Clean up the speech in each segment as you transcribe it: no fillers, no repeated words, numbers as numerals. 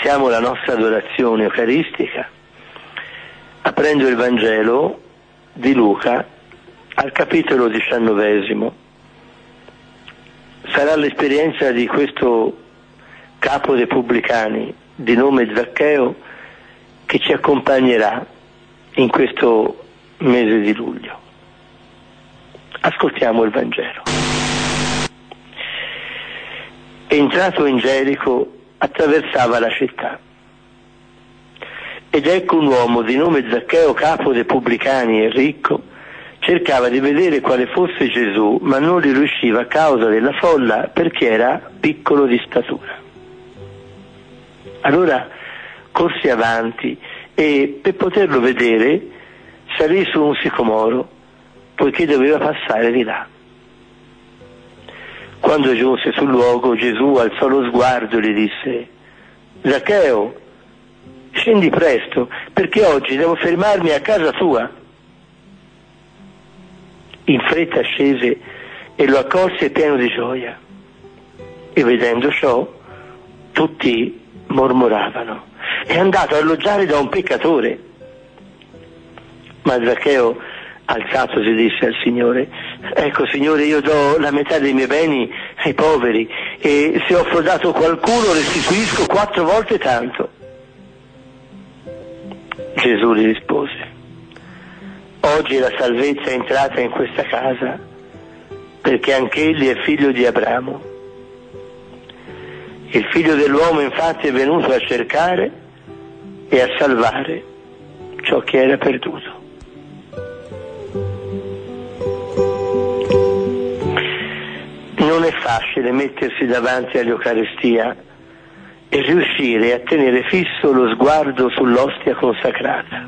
iniziamo la nostra adorazione eucaristica aprendo il Vangelo di Luca al capitolo 19. Sarà l'esperienza di questo capo dei pubblicani di nome Zaccheo che ci accompagnerà in questo mese di luglio. Ascoltiamo il Vangelo. Entrato in Gerico, attraversava la città. Ed ecco un uomo di nome Zaccheo, capo dei pubblicani e ricco, cercava di vedere quale fosse Gesù, ma non gli riusciva a causa della folla perché era piccolo di statura. Allora corse avanti e per poterlo vedere salì su un sicomoro, poiché doveva passare di là. Quando giunse sul luogo, Gesù alzò lo sguardo e gli disse: Zaccheo, scendi presto, perché oggi devo fermarmi a casa tua. In fretta scese e lo accolse pieno di gioia. E vedendo ciò, tutti mormoravano: è andato a alloggiare da un peccatore. Ma Zaccheo, alzatosi, disse al Signore: ecco, Signore, io do la metà dei miei beni ai poveri, e se ho frodato qualcuno restituisco 4 volte tanto. Gesù gli rispose: oggi la salvezza è entrata in questa casa, perché anch'egli è figlio di Abramo. Il Figlio dell'uomo infatti è venuto a cercare e a salvare ciò che era perduto. Non è facile mettersi davanti all'Eucaristia e riuscire a tenere fisso lo sguardo sull'ostia consacrata.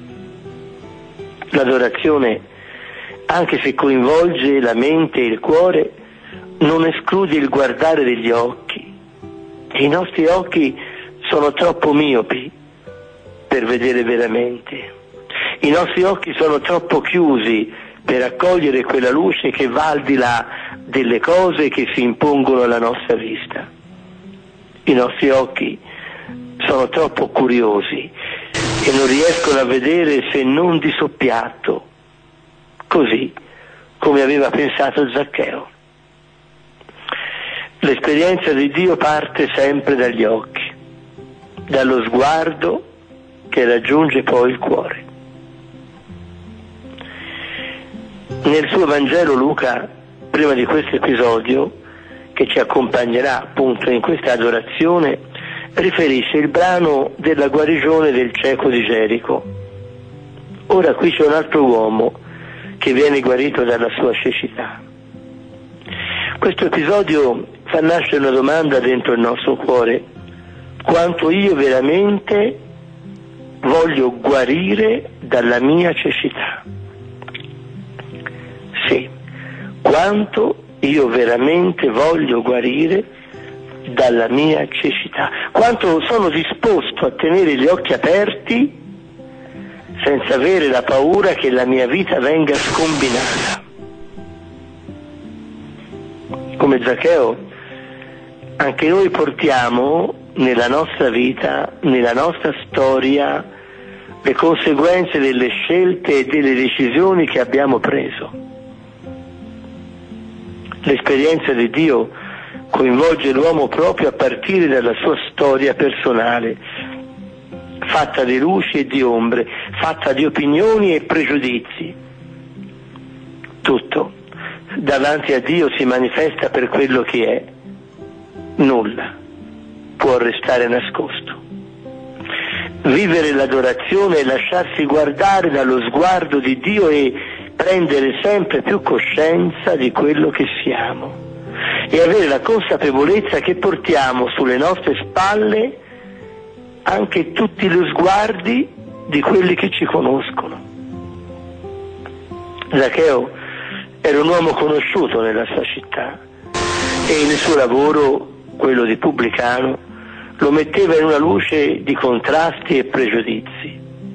L'adorazione, anche se coinvolge la mente e il cuore, non esclude il guardare degli occhi. E i nostri occhi sono troppo miopi per vedere veramente. I nostri occhi sono troppo chiusi per accogliere quella luce che va al di là delle cose che si impongono alla nostra vista. I nostri occhi sono troppo curiosi e non riescono a vedere se non di soppiatto, così come aveva pensato Zaccheo. L'esperienza di Dio parte sempre dagli occhi, dallo sguardo che raggiunge poi il cuore. Nel suo Vangelo Luca, prima di questo episodio, che ci accompagnerà appunto in questa adorazione, riferisce il brano della guarigione del cieco di Gerico. Ora qui c'è un altro uomo che viene guarito dalla sua cecità. Questo episodio fa nascere una domanda dentro il nostro cuore: quanto io veramente voglio guarire dalla mia cecità? Sì, quanto io veramente voglio guarire dalla mia cecità, quanto sono disposto a tenere gli occhi aperti senza avere la paura che la mia vita venga scombinata. Come Zaccheo, anche noi portiamo nella nostra vita, nella nostra storia, le conseguenze delle scelte e delle decisioni che abbiamo preso. L'esperienza di Dio coinvolge l'uomo proprio a partire dalla sua storia personale, fatta di luci e di ombre, fatta di opinioni e pregiudizi. Tutto davanti a Dio si manifesta per quello che è. Nulla può restare nascosto. Vivere l'adorazione è lasciarsi guardare dallo sguardo di Dio e prendere sempre più coscienza di quello che siamo e avere la consapevolezza che portiamo sulle nostre spalle anche tutti gli sguardi di quelli che ci conoscono. Zaccheo era un uomo conosciuto nella sua città e il suo lavoro, quello di pubblicano, lo metteva in una luce di contrasti e pregiudizi.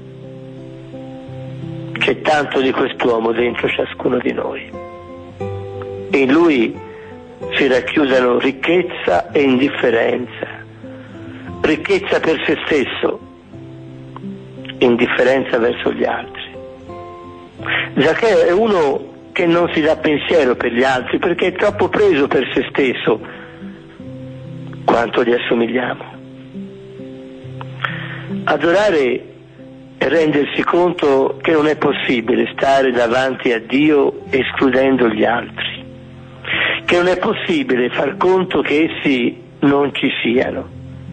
C'è tanto di quest'uomo dentro ciascuno di noi. In lui si racchiudono ricchezza e indifferenza, ricchezza per se stesso, indifferenza verso gli altri. Zaccheo è uno che non si dà pensiero per gli altri perché è troppo preso per se stesso quanto gli assomigliamo. Adorare è rendersi conto che non è possibile stare davanti a Dio escludendo gli altri, che non è possibile far conto che essi non ci siano.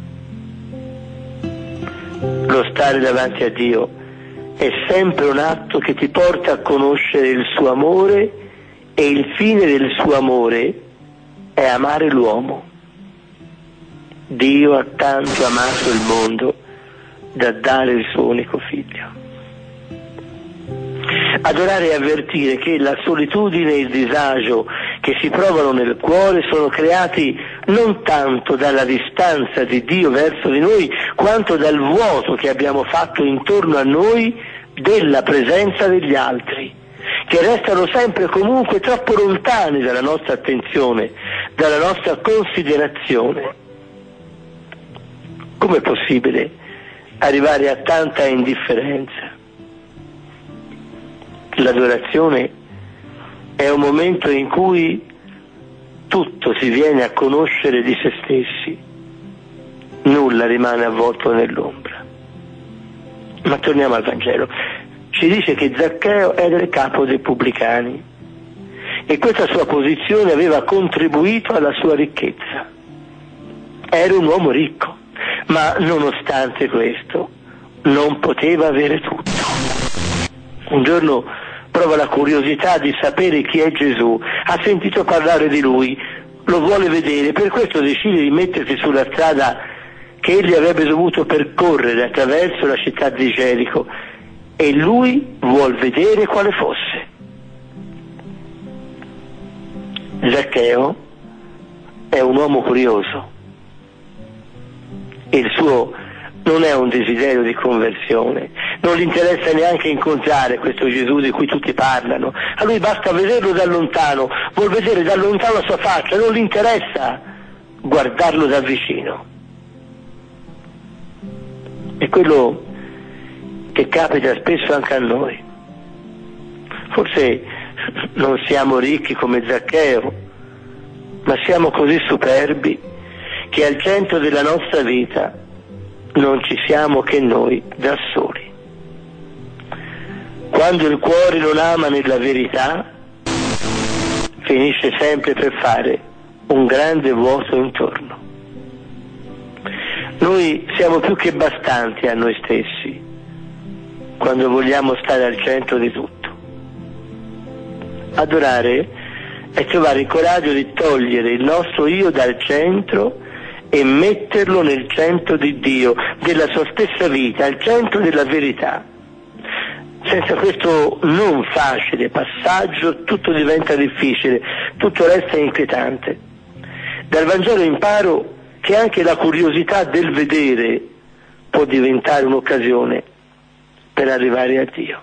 Lo stare davanti a Dio è sempre un atto che ti porta a conoscere il suo amore, e il fine del suo amore è amare l'uomo. Dio ha tanto amato il mondo da dare il suo unico figlio. Adorare è avvertire che la solitudine e il disagio che si provano nel cuore sono creati non tanto dalla distanza di Dio verso di noi, quanto dal vuoto che abbiamo fatto intorno a noi della presenza degli altri, che restano sempre comunque troppo lontani dalla nostra attenzione, dalla nostra considerazione. Com'è possibile arrivare a tanta indifferenza? L'adorazione è un momento in cui tutto si viene a conoscere di se stessi, nulla rimane avvolto nell'ombra. Ma torniamo al Vangelo. Ci dice che Zaccheo era il capo dei pubblicani e questa sua posizione aveva contribuito alla sua ricchezza. Era un uomo ricco, ma nonostante questo non poteva avere tutto. Un giorno prova la curiosità di sapere chi è Gesù, ha sentito parlare di lui, lo vuole vedere, per questo decide di mettersi sulla strada che egli avrebbe dovuto percorrere attraverso la città di Gerico, e lui vuol vedere quale fosse. Zaccheo è un uomo curioso e il suo non è un desiderio di conversione, non gli interessa neanche incontrare questo Gesù di cui tutti parlano, a lui basta vederlo da lontano, vuol vedere da lontano la sua faccia, non gli interessa guardarlo da vicino. È quello che capita spesso anche a noi. Forse non siamo ricchi come Zaccheo, ma siamo così superbi che al centro della nostra vita non ci siamo che noi da soli. Quando il cuore non ama nella verità, finisce sempre per fare un grande vuoto intorno. Noi siamo più che bastanti a noi stessi quando vogliamo stare al centro di tutto. Adorare è trovare il coraggio di togliere il nostro io dal centro e metterlo nel centro di Dio, della sua stessa vita, al centro della verità. Senza questo non facile passaggio tutto diventa difficile, tutto resta inquietante. Dal Vangelo imparo che anche la curiosità del vedere può diventare un'occasione per arrivare a Dio.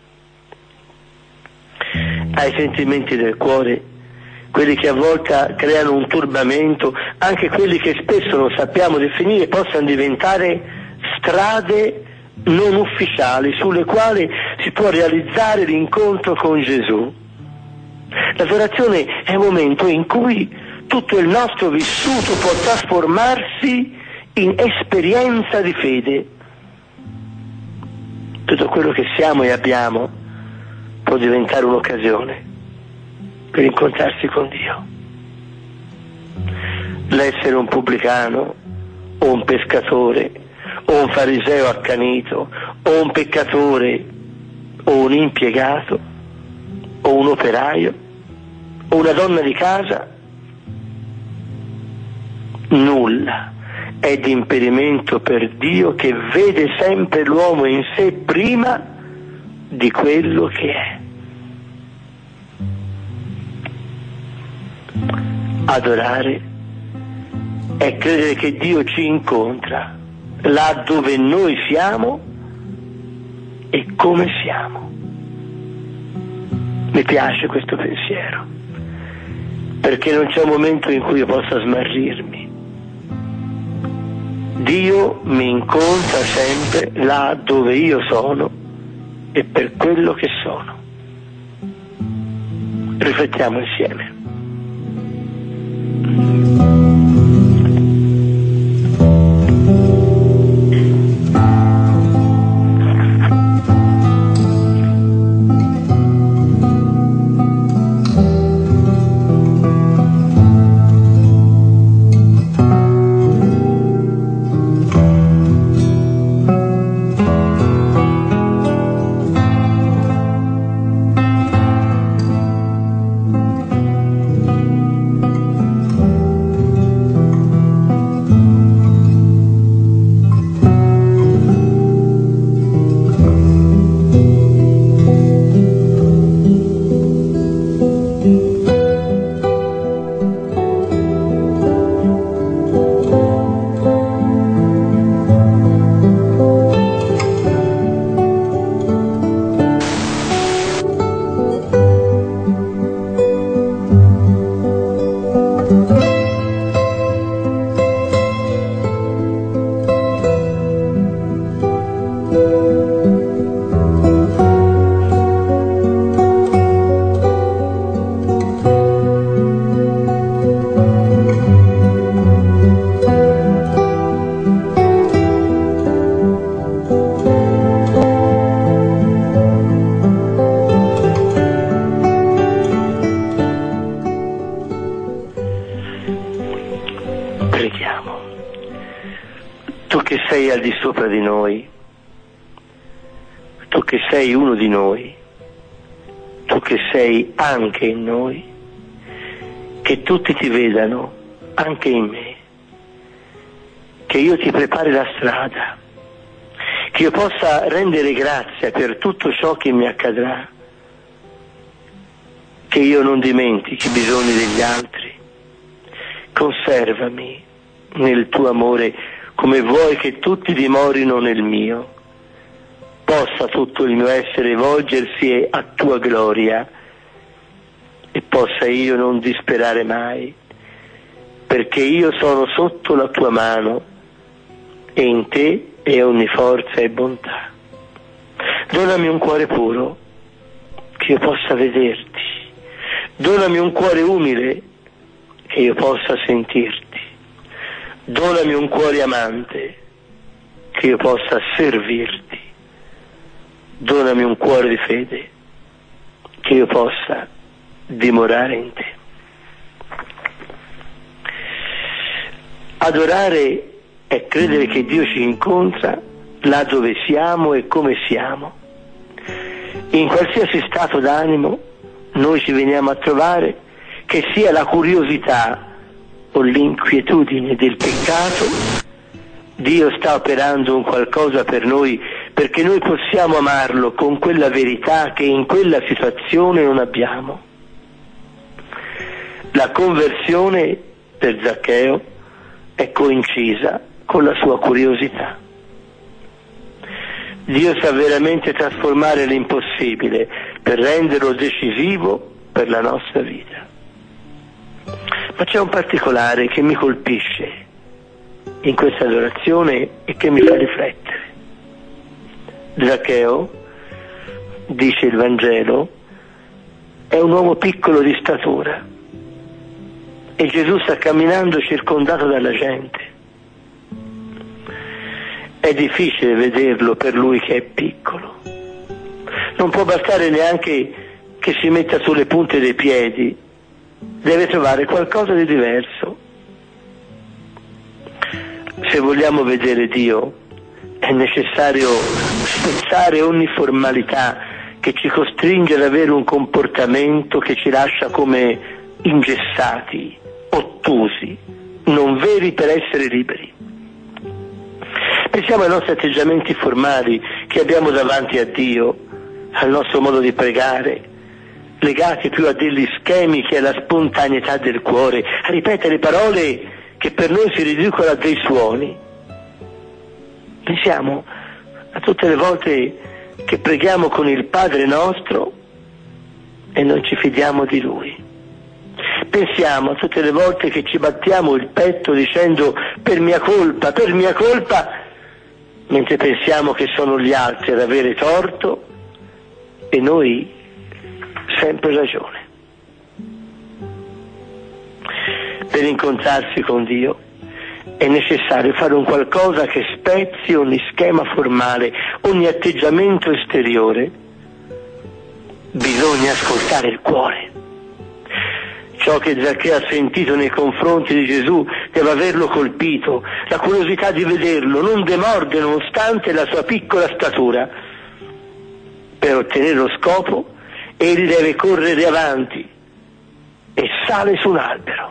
Ai sentimenti del cuore, quelli che a volte creano un turbamento, anche quelli che spesso non sappiamo definire, possano diventare strade non ufficiali sulle quali si può realizzare l'incontro con Gesù. L'adorazione è un momento in cui tutto il nostro vissuto può trasformarsi in esperienza di fede. Tutto quello che siamo e abbiamo può diventare un'occasione per incontrarsi con Dio. L'essere un pubblicano o un pescatore o un fariseo accanito o un peccatore o un impiegato o un operaio o una donna di casa, nulla è di impedimento per Dio, che vede sempre l'uomo in sé prima di quello che è. Adorare è credere che Dio ci incontra là dove noi siamo e come siamo. Mi piace questo pensiero, perché non c'è un momento in cui io possa smarrirmi. Dio mi incontra sempre là dove io sono e per quello che sono. Riflettiamo insieme. Preghiamo. Tu che sei al di sopra di noi, tu che sei uno di noi, tu che sei anche in noi, che tutti ti vedano anche in me, che io ti prepari la strada, che io possa rendere grazia per tutto ciò che mi accadrà, che io non dimentichi i bisogni degli altri. Conservami nel tuo amore come vuoi che tutti dimorino nel mio. Possa tutto il mio essere volgersi a tua gloria e possa io non disperare mai, perché io sono sotto la tua mano e in te è ogni forza e bontà. Donami un cuore puro, che io possa vederti. Donami un cuore umile, che io possa sentirti. Donami un cuore amante, che io possa servirti. Donami un cuore di fede, che io possa dimorare in te. Adorare è credere che Dio ci incontra là dove siamo e come siamo. In qualsiasi stato d'animo noi ci veniamo a trovare, che sia la curiosità o l'inquietudine del peccato, Dio sta operando un qualcosa per noi, perché noi possiamo amarlo con quella verità che in quella situazione non abbiamo. La conversione per Zaccheo è coincisa con la sua curiosità. Dio sa veramente trasformare l'impossibile per renderlo decisivo per la nostra vita. Ma c'è un particolare che mi colpisce in questa adorazione e che mi fa riflettere. Zaccheo, dice il Vangelo, è un uomo piccolo di statura e Gesù sta camminando circondato dalla gente. È difficile vederlo per lui che è piccolo. Non può bastare neanche che si metta sulle punte dei piedi, deve trovare qualcosa di diverso. Se vogliamo vedere Dio è necessario spezzare ogni formalità che ci costringe ad avere un comportamento che ci lascia come ingessati, ottusi, non veri per essere liberi. Pensiamo ai nostri atteggiamenti formali che abbiamo davanti a Dio, al nostro modo di pregare, legati più a degli schemi che alla spontaneità del cuore, a ripetere parole che per noi si riducono a dei suoni. Pensiamo a tutte le volte che preghiamo con il Padre nostro e non ci fidiamo di Lui. pensiamo a tutte le volte che ci battiamo il petto dicendo per mia colpa, mentre pensiamo che sono gli altri ad avere torto e noi sempre ragione. Per incontrarsi con Dio è necessario fare un qualcosa che spezzi ogni schema formale, ogni atteggiamento esteriore. Bisogna ascoltare il cuore. Ciò che Zaccheo ha sentito nei confronti di Gesù deve averlo colpito, la curiosità di vederlo non demorde nonostante la sua piccola statura. Per ottenere lo scopo egli deve correre avanti e sale su un albero.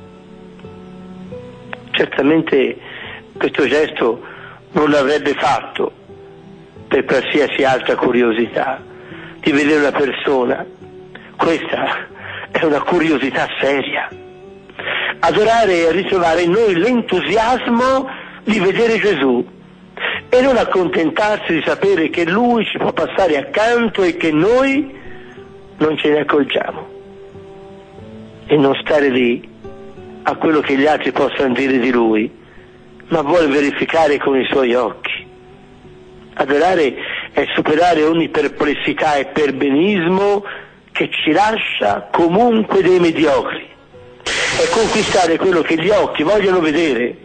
Certamente questo gesto non l'avrebbe fatto per qualsiasi altra curiosità di vedere una persona. Questa è una curiosità seria. Adorare e ritrovare in noi l'entusiasmo di vedere Gesù e non accontentarsi di sapere che Lui ci può passare accanto e che noi non ce ne accorgiamo, e non stare lì a quello che gli altri possano dire di Lui, ma vuole verificare con i suoi occhi. Adorare è superare ogni perplessità e perbenismo che ci lascia comunque dei mediocri, è conquistare quello che gli occhi vogliono vedere.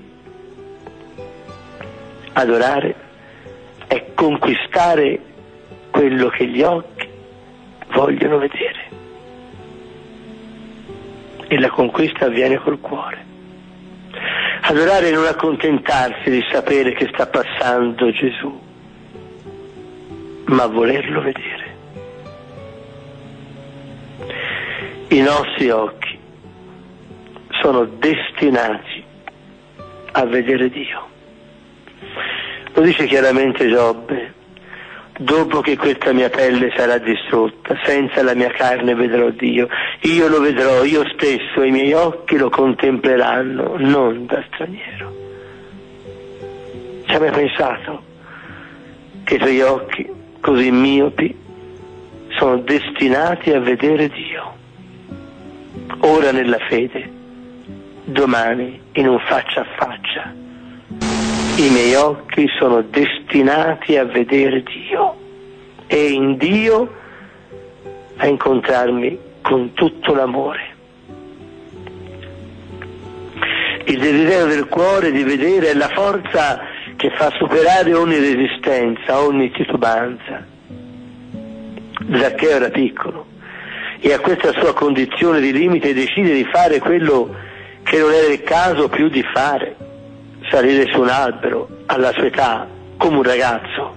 Adorare è conquistare quello che gli occhi vogliono vedere. E la conquista avviene col cuore. Adorare è non accontentarsi di sapere che sta passando Gesù, ma volerlo vedere. I nostri occhi sono destinati a vedere Dio. Lo dice chiaramente Giobbe: dopo che questa mia pelle sarà distrutta, senza la mia carne vedrò Dio. Io lo vedrò, io stesso, e i miei occhi lo contempleranno, non da straniero. Ci hai mai pensato che i tuoi occhi, così miopi, sono destinati a vedere Dio? Ora nella fede, domani in un faccia a faccia. I miei occhi sono destinati a vedere Dio e in Dio a incontrarmi con tutto l'amore. Il desiderio del cuore di vedere è la forza che fa superare ogni resistenza, ogni titubanza. Zaccheo era piccolo e a questa sua condizione di limite decide di fare quello che non era il caso più di fare: salire su un albero alla sua età come un ragazzo.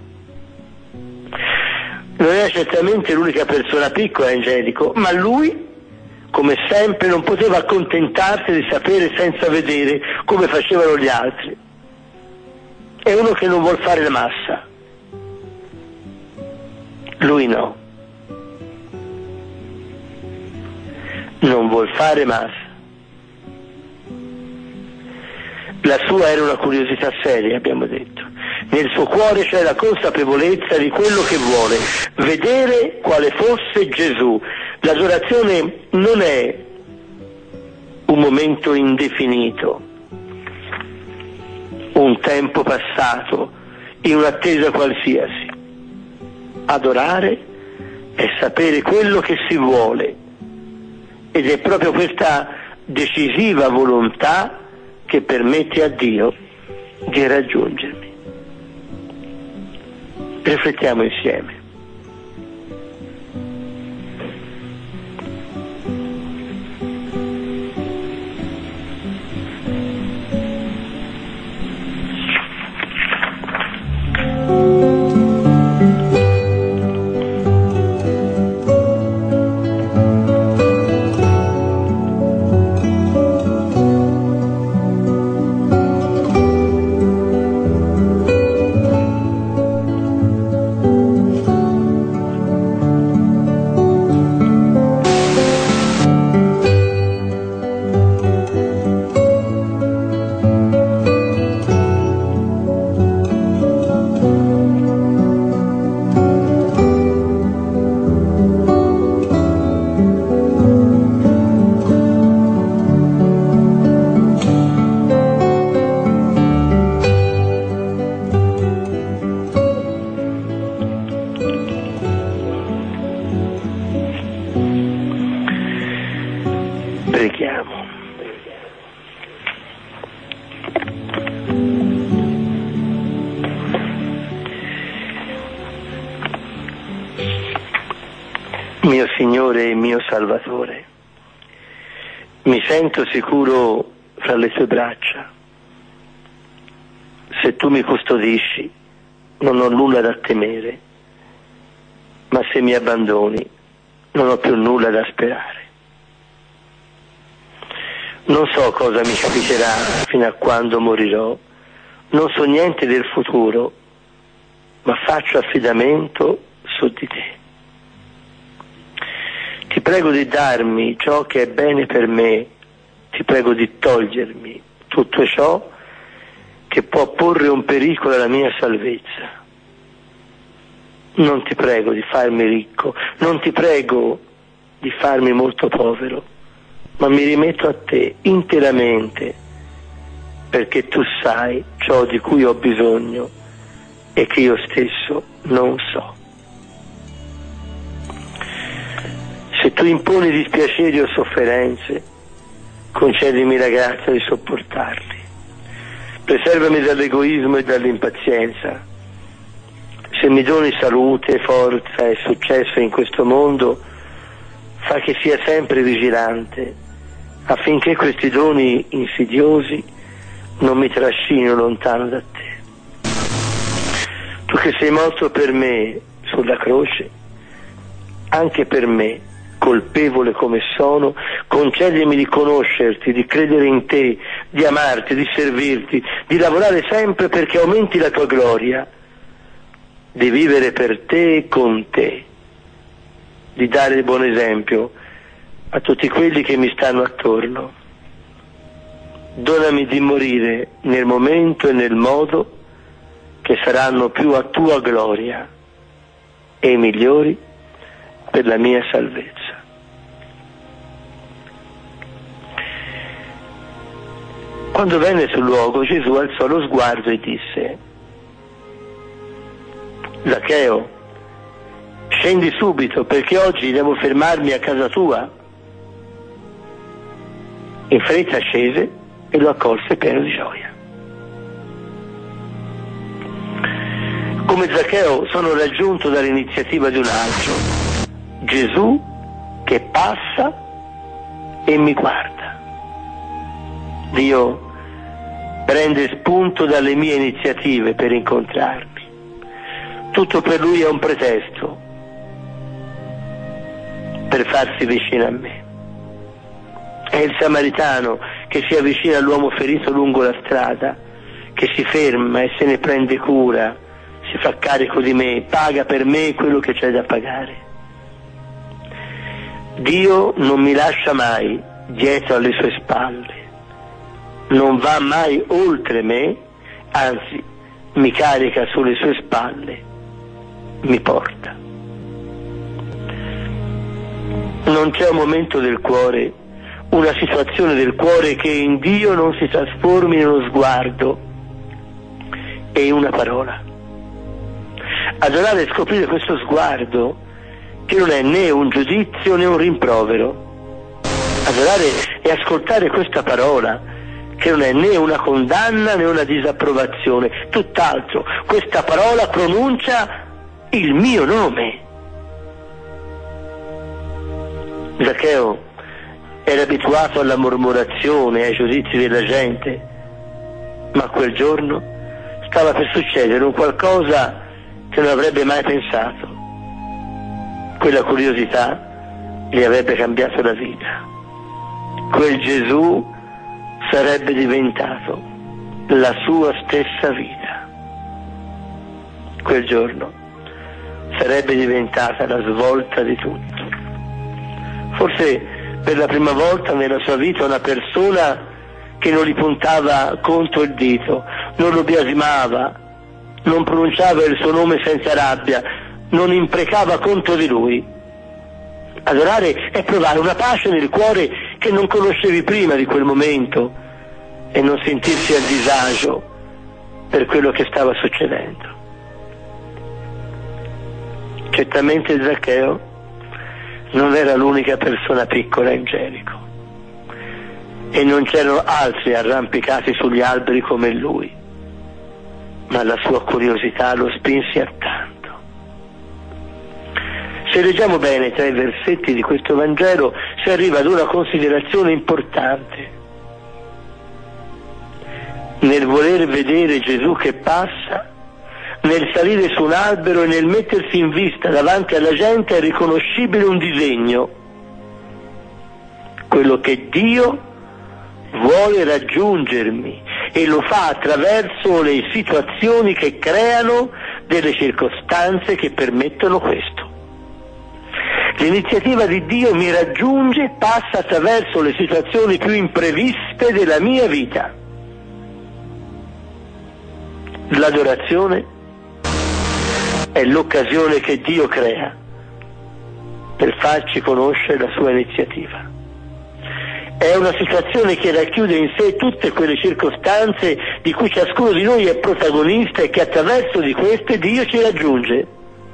Non era certamente l'unica persona piccola in Gerico, ma lui, come sempre, non poteva accontentarsi di sapere senza vedere come facevano gli altri. È uno che non vuol fare la massa. Lui no. Non vuol fare massa. La sua era una curiosità seria, abbiamo detto. Nel suo cuore c'è la consapevolezza di quello che vuole, vedere quale fosse Gesù. L'adorazione non è un momento indefinito, un tempo passato, in un'attesa qualsiasi. Adorare è sapere quello che si vuole, ed è proprio questa decisiva volontà che permette a Dio di raggiungermi. Riflettiamo insieme. Preghiamo. Mio Signore e mio Salvatore, mi sento sicuro fra le tue braccia. Se tu mi custodisci, non ho nulla da temere, ma se mi abbandoni, non ho più nulla da sperare. Non so cosa mi capiterà fino a quando morirò, non so niente del futuro, ma faccio affidamento su di te. Ti prego di darmi ciò che è bene per me, ti prego di togliermi tutto ciò che può porre un pericolo alla mia salvezza. Non ti prego di farmi ricco, non ti prego di farmi molto povero, ma mi rimetto a te interamente, perché tu sai ciò di cui ho bisogno e che io stesso non so. Se tu imponi dispiaceri o sofferenze, concedimi la grazia di sopportarli. Preservami dall'egoismo e dall'impazienza. Se mi doni salute, forza e successo in questo mondo, fa che sia sempre vigilante, affinché questi doni insidiosi non mi trascinino lontano da te. Tu che sei morto per me sulla croce, anche per me, colpevole come sono, concedimi di conoscerti, di credere in te, di amarti, di servirti, di lavorare sempre perché aumenti la tua gloria, di vivere per te e con te, di dare il buon esempio a tutti quelli che mi stanno attorno. Donami di morire nel momento e nel modo che saranno più a tua gloria e migliori per la mia salvezza. Quando venne sul luogo, Gesù alzò lo sguardo e disse: Zaccheo, scendi subito, perché oggi devo fermarmi a casa tua. In fretta scese e lo accolse pieno di gioia. Come Zaccheo sono raggiunto dall'iniziativa di un altro, Gesù che passa e mi guarda. Dio prende spunto dalle mie iniziative per incontrarmi. Tutto per lui è un pretesto per farsi vicino a me. È il samaritano che si avvicina all'uomo ferito lungo la strada, che si ferma e se ne prende cura, si fa carico di me, paga per me quello che c'è da pagare. Dio non mi lascia mai dietro alle sue spalle, non va mai oltre me, anzi mi carica sulle sue spalle, mi porta. Non c'è un momento del cuore, una situazione del cuore che in Dio non si trasformi in uno sguardo e in una parola. Adorare e scoprire questo sguardo che non è né un giudizio né un rimprovero. Adorare e ascoltare questa parola che non è né una condanna né una disapprovazione, tutt'altro, questa parola pronuncia il mio nome. Zaccheo era abituato alla mormorazione, ai giudizi della gente, ma quel giorno stava per succedere un qualcosa che non avrebbe mai pensato. Quella curiosità gli avrebbe cambiato la vita. Quel Gesù sarebbe diventato la sua stessa vita. Quel giorno sarebbe diventata la svolta di tutto. Forse per la prima volta nella sua vita una persona che non gli puntava contro il dito, non lo biasimava, non pronunciava il suo nome senza rabbia, non imprecava contro di lui. Adorare è provare una pace nel cuore che non conoscevi prima di quel momento e non sentirsi a disagio per quello che stava succedendo. Certamente Zaccheo non era l'unica persona piccola in Gerico. e non c'erano altri arrampicati sugli alberi come lui, ma la sua curiosità lo spinse a tanto. Se leggiamo bene tra i versetti di questo Vangelo si arriva ad una considerazione importante. Nel voler vedere Gesù che passa, nel salire su un albero e nel mettersi in vista davanti alla gente è riconoscibile un disegno, quello che Dio vuole raggiungermi, e lo fa attraverso le situazioni che creano delle circostanze che permettono questo. L'iniziativa di Dio mi raggiunge, passa attraverso le situazioni più impreviste della mia vita. L'adorazione è l'occasione che Dio crea per farci conoscere la sua iniziativa. È una situazione che racchiude in sé tutte quelle circostanze di cui ciascuno di noi è protagonista e che attraverso di queste Dio ci raggiunge.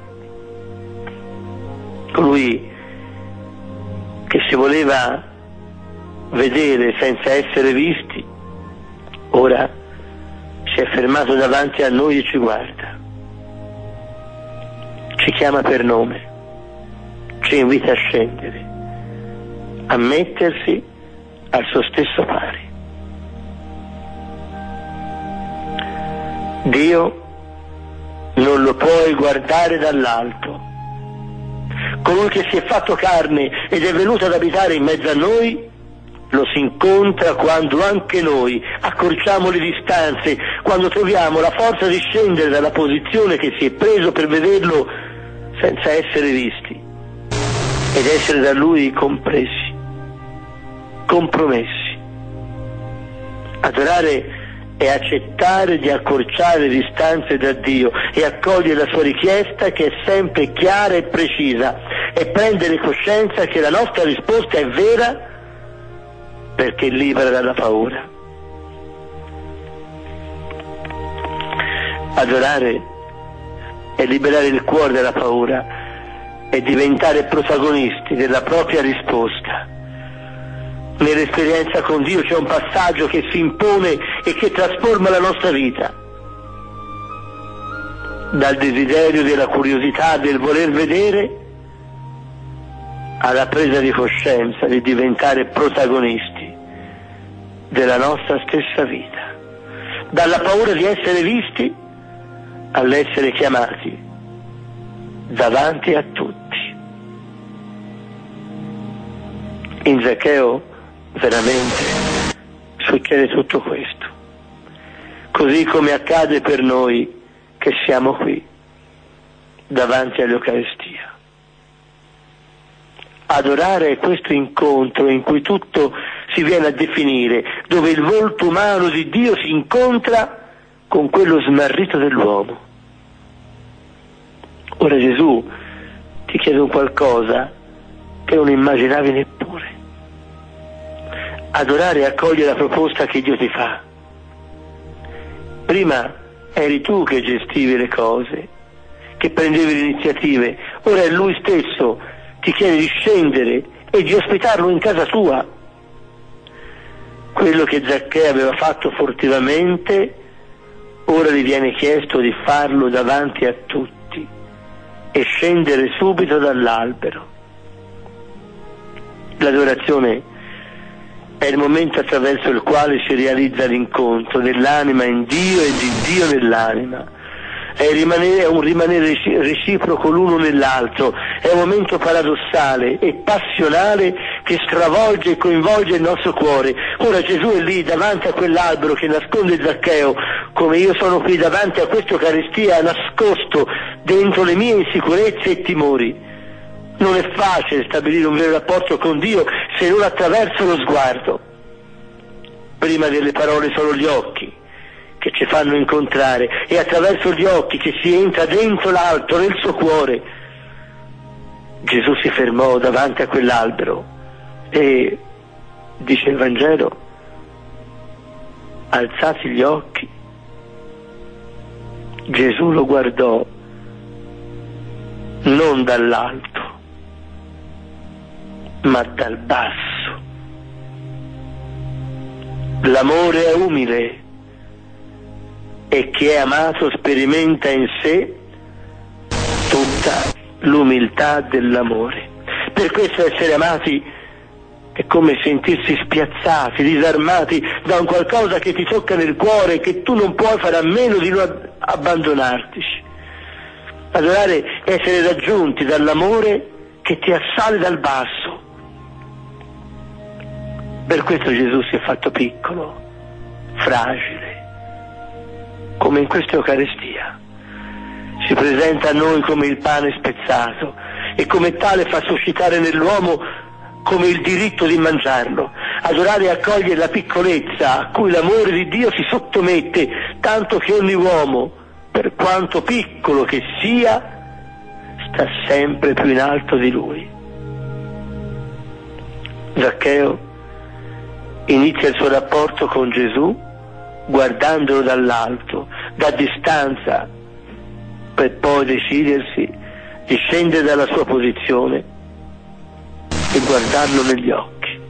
Colui che si voleva vedere senza essere visti, ora si è fermato davanti a noi e ci guarda. Ci chiama per nome, ci invita a scendere, a mettersi al suo stesso pari. Dio non lo puoi guardare dall'alto. Colui che si è fatto carne ed è venuto ad abitare in mezzo a noi, lo si incontra quando anche noi accorciamo le distanze, quando troviamo la forza di scendere dalla posizione che si è preso per vederlo senza essere visti ed essere da Lui compresi, compromessi. Adorare è accettare di accorciare le distanze da Dio e accogliere la sua richiesta, che è sempre chiara e precisa, e prendere coscienza che la nostra risposta è vera perché libera dalla paura. Adorare è liberare il cuore dalla paura e diventare protagonisti della propria risposta. Nell'esperienza con Dio c'è un passaggio che si impone e che trasforma la nostra vita. Dal desiderio della curiosità, del voler vedere, alla presa di coscienza di diventare protagonisti della nostra stessa vita. Dalla paura di essere visti all'essere chiamati davanti a tutti. In Zaccheo veramente succede tutto questo, così come accade per noi che siamo qui davanti all'Eucaristia. Adorare è questo incontro in cui tutto si viene a definire, dove il volto umano di Dio si incontra con quello smarrito dell'uomo. Ora Gesù ti chiede un qualcosa che non immaginavi neppure. Adorare e accogliere la proposta che Dio ti fa. Prima eri tu che gestivi le cose, che prendevi le iniziative, ora è Lui stesso, ti chiede di scendere e di ospitarlo in casa tua. Quello che Zaccheo aveva fatto furtivamente, ora gli viene chiesto di farlo davanti a tutti e scendere subito dall'albero. L'adorazione è il momento attraverso il quale si realizza l'incontro dell'anima in Dio e di Dio nell'anima. È un rimanere reciproco l'uno nell'altro, è un momento paradossale e passionale che stravolge e coinvolge il nostro cuore. Ora Gesù è lì davanti a quell'albero che nasconde Zaccheo, come io sono qui davanti a questa Eucaristia nascosto dentro le mie insicurezze e timori. Non è facile stabilire un vero rapporto con Dio se non attraverso lo sguardo. Prima delle parole sono gli occhi che ci fanno incontrare, e attraverso gli occhi che si entra dentro l'altro, nel suo cuore. Gesù si fermò davanti a quell'albero e, dice il Vangelo, alzati gli occhi, Gesù lo guardò non dall'alto, ma dal basso. L'amore è umile e chi è amato sperimenta in sé tutta l'umiltà dell'amore. Per questo essere amati è come sentirsi spiazzati, disarmati da un qualcosa che ti tocca nel cuore, che tu non puoi fare a meno di non abbandonartici. Adorare è essere raggiunti dall'amore che ti assale dal basso. Per questo Gesù si è fatto piccolo, fragile, come in questa Eucaristia. Si presenta a noi come il pane spezzato e come tale fa suscitare nell'uomo come il diritto di mangiarlo. Adorare e accogliere la piccolezza a cui l'amore di Dio si sottomette, tanto che ogni uomo, per quanto piccolo che sia, sta sempre più in alto di lui. Zaccheo inizia il suo rapporto con Gesù guardandolo dall'alto, da distanza, per poi decidersi di scendere dalla sua posizione e guardarlo negli occhi.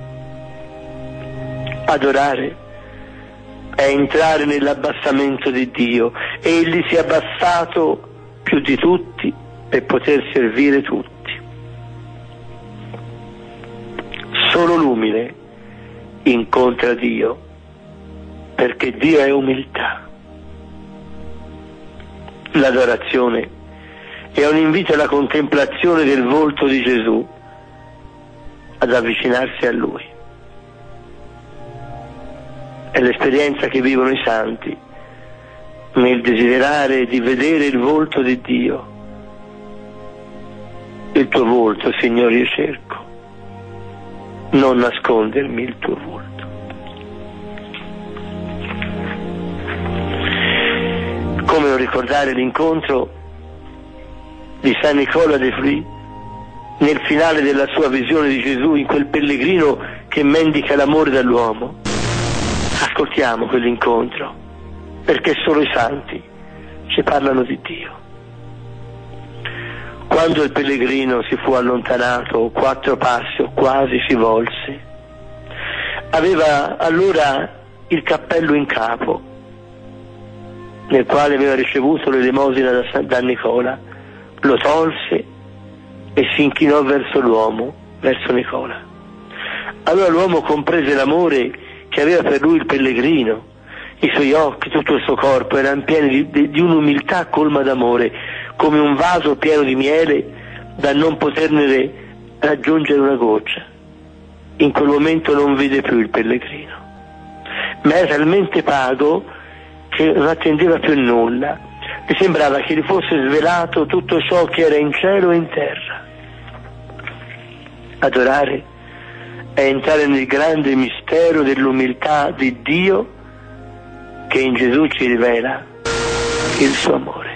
Adorare è entrare nell'abbassamento di Dio, e egli si è abbassato più di tutti per poter servire tutti. Solo l'umile incontra Dio, perché Dio è umiltà. L'adorazione è un invito alla contemplazione del volto di Gesù, ad avvicinarsi a Lui. È l'esperienza che vivono i santi nel desiderare di vedere il volto di Dio. Il tuo volto, Signore, io cerco, non nascondermi il tuo volto. Come non ricordare l'incontro di San Nicola de Flì nel finale della sua visione di Gesù, in quel pellegrino che mendica l'amore dall'uomo. Ascoltiamo quell'incontro, perché solo i santi ci parlano di Dio. Quando il pellegrino si fu allontanato 4 passi o quasi, si volse. Aveva allora il cappello in capo, nel quale aveva ricevuto l'elemosina da Nicola. Lo tolse e si inchinò verso l'uomo, verso Nicola. Allora l'uomo comprese l'amore che aveva per lui il pellegrino. I suoi occhi, tutto il suo corpo erano pieni di un'umiltà colma d'amore, come un vaso pieno di miele da non poterne raggiungere una goccia. In quel momento non vide più il pellegrino, ma era talmente pago che non attendeva più nulla. Gli sembrava che gli fosse svelato tutto ciò che era in cielo e in terra. Adorare è entrare nel grande mistero dell'umiltà di Dio, che in Gesù ci rivela il suo amore.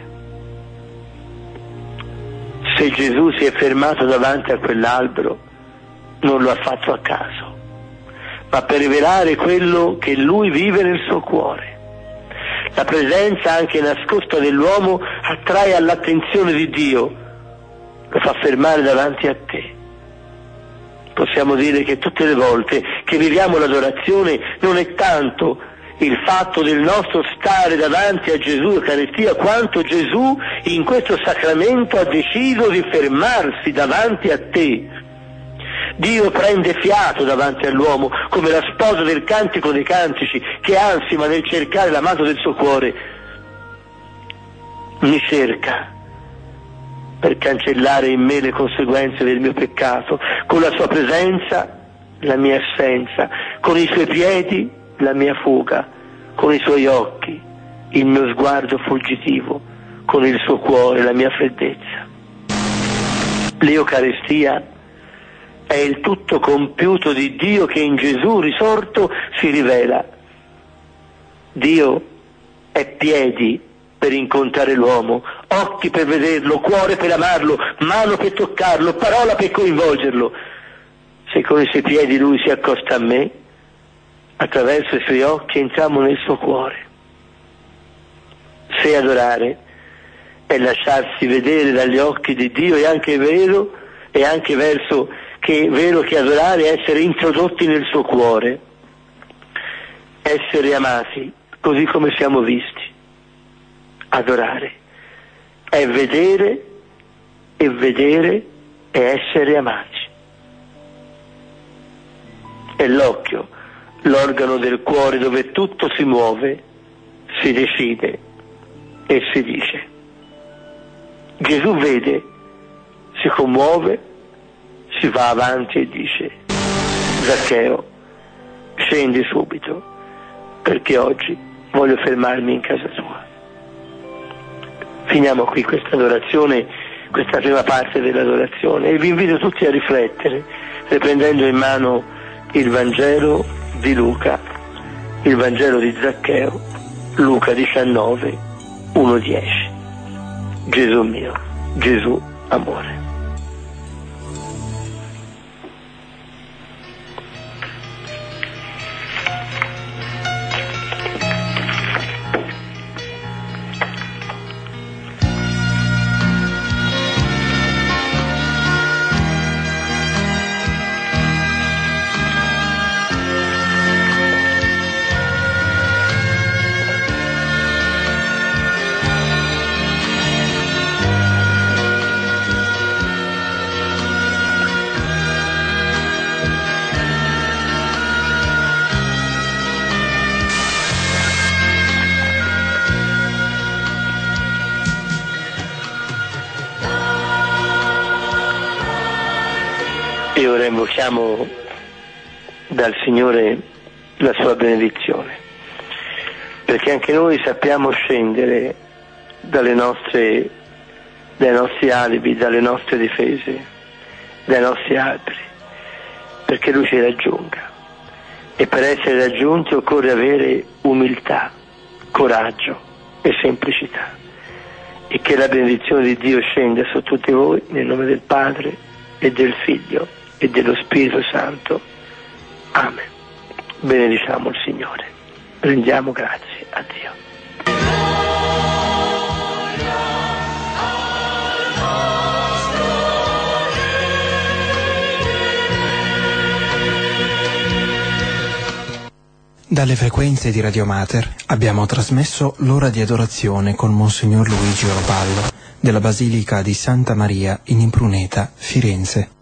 Se Gesù si è fermato davanti a quell'albero, non lo ha fatto a caso, ma per rivelare quello che lui vive nel suo cuore. La presenza anche nascosta dell'uomo attrae all'attenzione di Dio, lo fa fermare davanti a te. Possiamo dire che tutte le volte che viviamo l'adorazione non è tanto il fatto del nostro stare davanti a Gesù Eucaristia, quanto Gesù in questo sacramento ha deciso di fermarsi davanti a te. Dio prende fiato davanti all'uomo, come la sposa del Cantico dei Cantici, che ansima nel cercare l'amato del suo cuore. Mi cerca per cancellare in me le conseguenze del mio peccato, con la sua presenza la mia assenza, con i suoi piedi la mia fuga, con i suoi occhi il mio sguardo fuggitivo, con il suo cuore la mia freddezza. L'Eucaristia è il tutto compiuto di Dio che in Gesù risorto si rivela. Dio è piedi per incontrare l'uomo, occhi per vederlo, cuore per amarlo, mano per toccarlo, parola per coinvolgerlo. Se con i suoi piedi lui si accosta a me, attraverso i suoi occhi entriamo nel suo cuore. Se adorare è lasciarsi vedere dagli occhi di Dio, è anche vero che adorare è essere introdotti nel suo cuore. essere amati così come siamo visti. Adorare è vedere, e vedere è essere amati. È l'occhio, l'organo del cuore dove tutto si muove, si decide e si dice. Gesù vede, si commuove, si va avanti e dice: Zaccheo, scendi subito, perché oggi voglio fermarmi in casa tua. Finiamo qui questa adorazione, questa prima parte dell'adorazione, e vi invito tutti a riflettere, riprendendo in mano il Vangelo di Luca, il Vangelo di Zaccheo, Luca 19, 1-10. Gesù mio, Gesù amore. E ora invochiamo dal Signore la sua benedizione, perché anche noi sappiamo scendere dai nostri alibi, dalle nostre difese, dai nostri alberi, perché Lui ci raggiunga. E per essere raggiunti occorre avere umiltà, coraggio e semplicità. E che la benedizione di Dio scenda su tutti voi, nel nome del Padre e del Figlio e dello Spirito Santo. Amen. Benediciamo il Signore. Rendiamo grazie a Dio. Dalle frequenze di Radio Mater abbiamo trasmesso l'ora di adorazione con Monsignor Luigi Oropallo della Basilica di Santa Maria in Impruneta, Firenze.